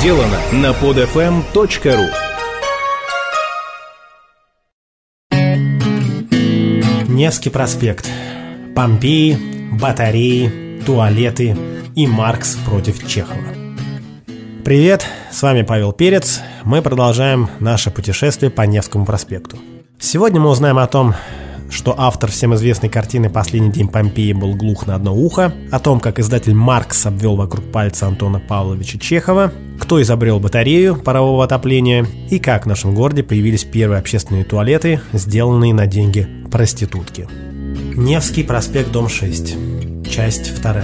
сделано на podfm.ru. Невский проспект. Помпеи, батареи, туалеты и Маркс против Чехова. Привет, с вами Павел Перец. Мы продолжаем наше путешествие по Невскому проспекту. Сегодня мы узнаем о том, что автор всем известной картины «Последний день Помпеи» был глух на одно ухо, о том, как издатель Маркс обвел вокруг пальца Антона Павловича Чехова, кто изобрел батарею парового отопления и как в нашем городе появились первые общественные туалеты, сделанные на деньги проститутки. Невский проспект, дом 6. Часть 2.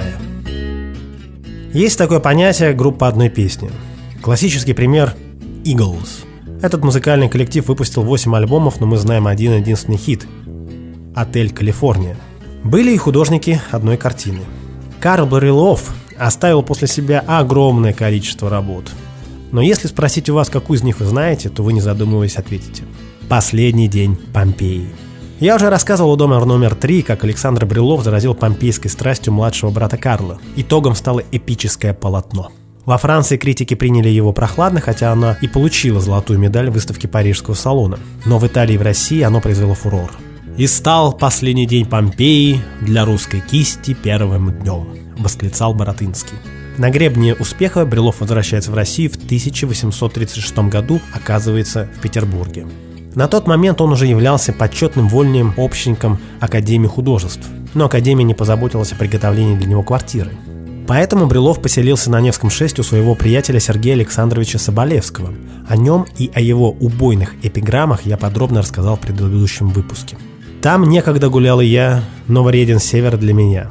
Есть такое понятие «группа одной песни». Классический пример – Eagles. Этот музыкальный коллектив выпустил 8 альбомов, но мы знаем один единственный хит – «Отель Калифорния». Были и художники одной картины. Карл Брюлов оставил после себя огромное количество работ. Но если спросить у вас, какую из них вы знаете, то вы, не задумываясь, ответите: «Последний день Помпеи». Я уже рассказывал у дома номер 3, как Александр Брюлов заразил помпейской страстью младшего брата Карла. Итогом стало эпическое полотно. Во Франции критики приняли его прохладно, хотя оно и получило золотую медаль в выставке Парижского салона. Но в Италии и в России оно произвело фурор. «И стал последний день Помпеи для русской кисти первым днем», — восклицал Баратынский. На гребне успеха Брюлов возвращается в Россию в 1836 году, оказывается в Петербурге. На тот момент он уже являлся почетным вольным общником Академии художеств, но Академия не позаботилась о приготовлении для него квартиры. Поэтому Брюлов поселился на Невском 6 у своего приятеля Сергея Александровича Соболевского. О нем и о его убойных эпиграммах я подробно рассказал в предыдущем выпуске. Там некогда гулял и я, но вреден север для меня.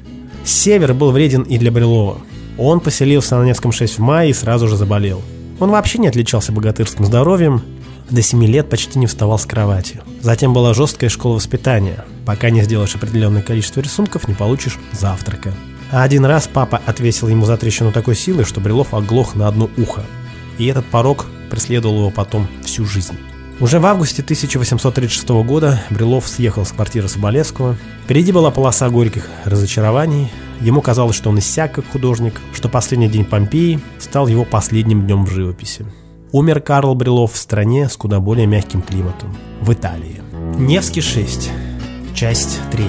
Север был вреден и для Брюлова. Он поселился на Невском 6 в мае и сразу же заболел. Он вообще не отличался богатырским здоровьем, до 7 лет почти не вставал с кровати. Затем была жесткая школа воспитания. Пока не сделаешь определенное количество рисунков, не получишь завтрака. А один раз папа отвесил ему затрещину такой силой, что Брюлов оглох на одно ухо. И этот порок преследовал его потом всю жизнь. Уже в августе 1836 года Брюлов съехал с квартиры Соболевского. Впереди была полоса горьких разочарований. Ему казалось, что он иссяк как художник, что последний день Помпеи стал его последним днем в живописи. Умер Карл Брюлов в стране с куда более мягким климатом – в Италии. Невский 6. Часть 3.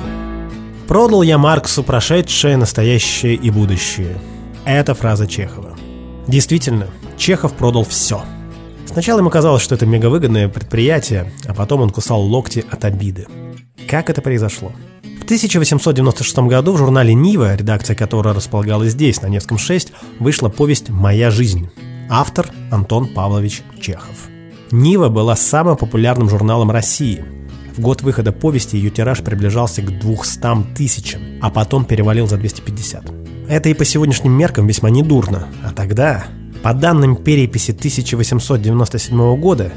«Продал я Марксу прошедшее, настоящее и будущее». Это фраза Чехова. Действительно, Чехов продал все. Сначала ему казалось, что это мегавыгодное предприятие, а потом он кусал локти от обиды. Как это произошло? В 1896 году в журнале «Нива», редакция которой располагалась здесь, на Невском 6, вышла повесть «Моя жизнь». Автор Антон Павлович Чехов. «Нива» была самым популярным журналом России. В год выхода повести ее тираж приближался к 200 тысячам, а потом перевалил за 250. Это и по сегодняшним меркам весьма недурно. А тогда, по данным переписи 1897 года,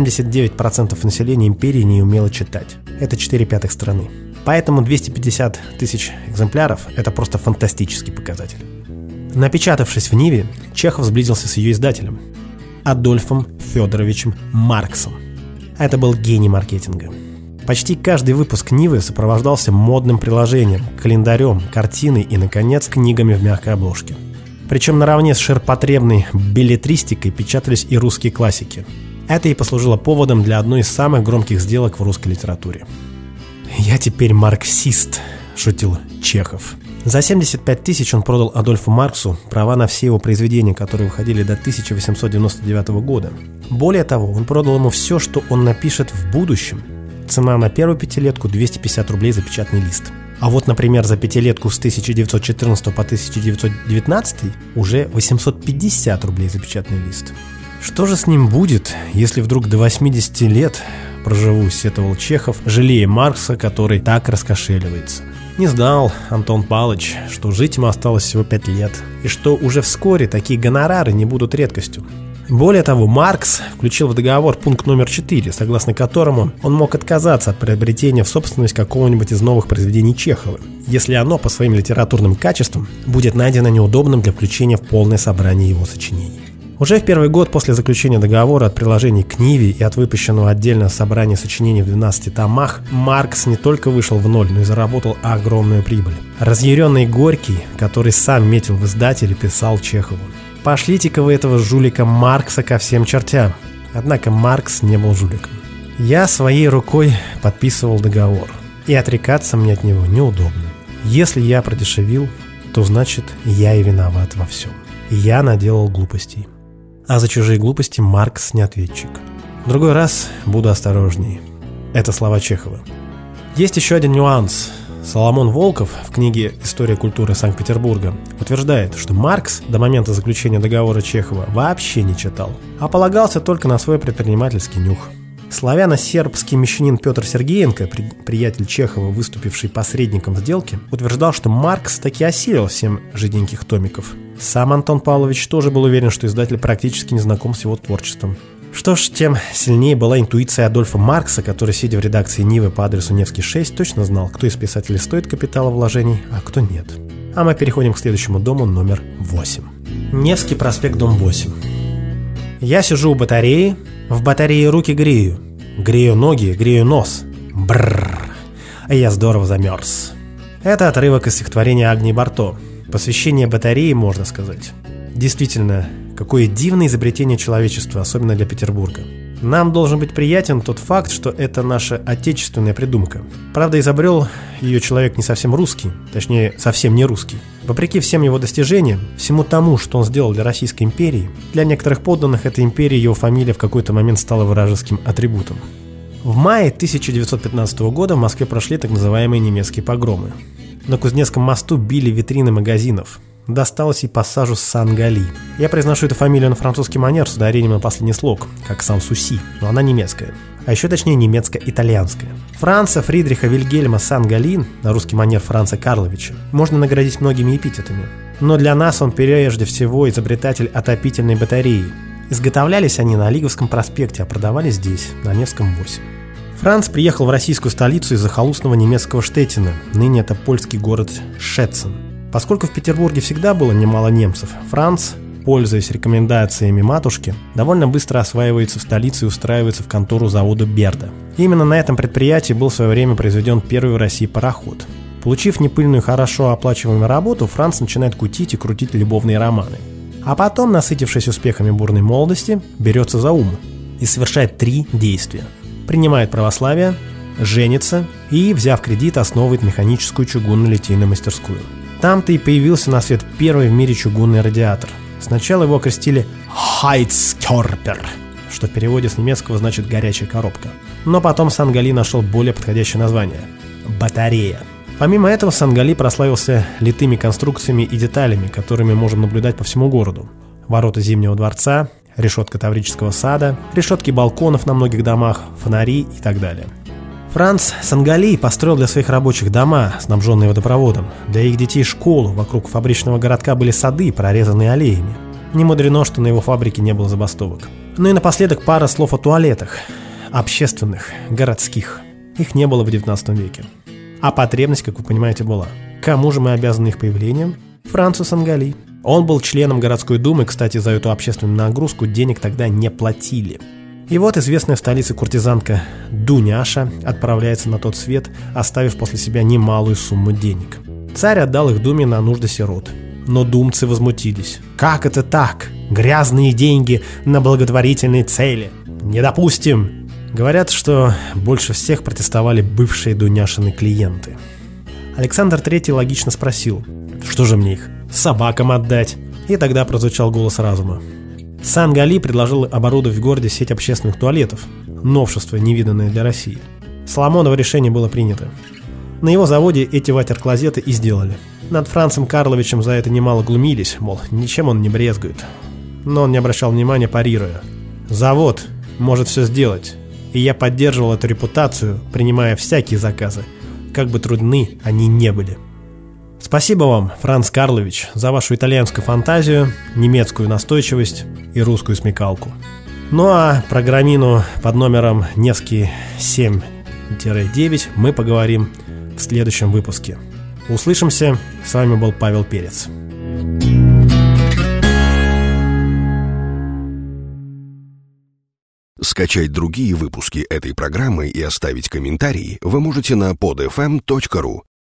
79% населения империи не умело читать. Это 4/5 страны. Поэтому 250 тысяч экземпляров – это просто фантастический показатель. Напечатавшись в «Ниве», Чехов сблизился с ее издателем – Адольфом Федоровичем Марксом. Это был гений маркетинга. Почти каждый выпуск «Нивы» сопровождался модным приложением, календарем, картиной и, наконец, книгами в мягкой обложке. Причем наравне с ширпотребной беллетристикой печатались и русские классики. Это и послужило поводом для одной из самых громких сделок в русской литературе. «Я теперь марксист», – шутил Чехов. За 75 тысяч он продал Адольфу Марксу права на все его произведения, которые выходили до 1899 года. Более того, он продал ему все, что он напишет в будущем. Цена на первую пятилетку – 250 рублей за печатный лист. А вот, например, за пятилетку с 1914 по 1919 уже 850 рублей за печатный лист. Что же с ним будет, если вдруг до 80 лет проживу, сетовал Чехов, жалея Маркса, который так раскошеливается? Не знал Антон Павлович, что жить ему осталось всего 5 лет, и что уже вскоре такие гонорары не будут редкостью. Более того, Маркс включил в договор пункт номер 4, согласно которому он мог отказаться от приобретения в собственность какого-нибудь из новых произведений Чехова, если оно по своим литературным качествам будет найдено неудобным для включения в полное собрание его сочинений. Уже в первый год после заключения договора от приложений к Ниве и от выпущенного отдельно собрания сочинений в 12 томах, Маркс не только вышел в ноль, но и заработал огромную прибыль. Разъяренный Горький, который сам метил в издателе, писал Чехову: Пошлите-ка вы этого жулика Маркса ко всем чертям. Однако Маркс не был жуликом. Я своей рукой подписывал договор, и отрекаться мне от него неудобно. Если я продешевил, то значит я и виноват во всем. Я наделал глупостей. А за чужие глупости Маркс не ответчик. В другой раз буду осторожней. Это слова Чехова. Есть еще один нюанс. Соломон Волков в книге «История культуры Санкт-Петербурга» утверждает, что Маркс до момента заключения договора Чехова вообще не читал, а полагался только на свой предпринимательский нюх. Славяно-сербский мещанин Петр Сергеенко, приятель Чехова, выступивший посредником в сделке, утверждал, что Маркс таки осилил 7 жиденьких томиков. Сам Антон Павлович тоже был уверен, что издатель практически не знаком с его творчеством. Что ж, тем сильнее была интуиция Адольфа Маркса, который, сидя в редакции Нивы по адресу Невский 6, точно знал, кто из писателей стоит капитала вложений, а кто нет. А мы переходим к следующему дому, номер 8. Невский проспект, дом 8. Я сижу у батареи, в батарее руки грею. Грею ноги, грею нос. Брррр. А я здорово замерз. Это отрывок из стихотворения Агнии Барто. Посвящение батареи, можно сказать. Действительно, какое дивное изобретение человечества, особенно для Петербурга. Нам должен быть приятен тот факт, что это наша отечественная придумка. Правда, изобрел ее человек не совсем русский, точнее, совсем не русский. Вопреки всем его достижениям, всему тому, что он сделал для Российской империи, для некоторых подданных этой империи его фамилия в какой-то момент стала вражеским атрибутом. В мае 1915 года в Москве прошли так называемые немецкие погромы. На Кузнецком мосту били витрины магазинов. Досталось и пассажу Сан-Гали. Я произношу эту фамилию на французский манер с ударением на последний слог, как Сан-Суси, но она немецкая. А еще точнее немецко-итальянская. Франца Фридриха Вильгельма Сан-Гали, на русский манер Франца Карловича, можно наградить многими эпитетами. Но для нас он прежде всего изобретатель отопительной батареи. Изготовлялись они на Олиговском проспекте, а продавались здесь, на Невском 8. Франц приехал в российскую столицу из захолустного немецкого Штеттина, ныне это польский город Шцецен. Поскольку в Петербурге всегда было немало немцев, Франц, пользуясь рекомендациями матушки, довольно быстро осваивается в столице и устраивается в контору завода Берда. Именно на этом предприятии был в свое время произведен первый в России пароход. Получив непыльную, хорошо оплачиваемую работу, Франц начинает кутить и крутить любовные романы. А потом, насытившись успехами бурной молодости, берется за ум и совершает 3 действия. Принимает православие, женится и, взяв кредит, основывает механическую чугунно-литейную мастерскую. Там-то и появился на свет первый в мире чугунный радиатор. Сначала его окрестили «Heizkörper», что в переводе с немецкого значит «горячая коробка». Но потом Сан-Гали нашел более подходящее название – «батарея». Помимо этого, Сан-Гали прославился литыми конструкциями и деталями, которыми можем наблюдать по всему городу. Ворота Зимнего дворца, решетка Таврического сада, решетки балконов на многих домах, фонари и так далее. Франц Сан-Гали построил для своих рабочих дома, снабженные водопроводом, для их детей школу, вокруг фабричного городка были сады, прорезанные аллеями. Не мудрено, что на его фабрике не было забастовок. Ну и напоследок пара слов о туалетах. Общественных, городских. Их не было в 19 веке. А потребность, как вы понимаете, была. Кому же мы обязаны их появлением? Францу Сан-Гали. Он был членом городской думы, кстати, за эту общественную нагрузку денег тогда не платили. И вот известная в столице куртизанка Дуняша отправляется на тот свет, оставив после себя немалую сумму денег. Царь отдал их думе на нужды сирот. Но думцы возмутились. Как это так? Грязные деньги на благотворительные цели. Не допустим! Говорят, что больше всех протестовали бывшие Дуняшины клиенты. Александр III логично спросил: что же мне их, собакам отдать? И тогда прозвучал голос разума. Сан-Гали предложил оборудовать в городе сеть общественных туалетов. Новшество, невиданное для России. Соломоново решение было принято. На его заводе эти ватер-клозеты и сделали. Над Францем Карловичем за это немало глумились, мол, ничем он не брезгует. Но он не обращал внимания, парируя: завод может все сделать, и я поддерживал эту репутацию, принимая всякие заказы, как бы трудны они не были. Спасибо вам, Франц Карлович, за вашу итальянскую фантазию, немецкую настойчивость и русскую смекалку. Ну а про громину под номером Невский 7-9 мы поговорим в следующем выпуске. Услышимся, с вами был Павел Перец. Скачать другие выпуски этой программы и оставить комментарии вы можете на podfm.ru.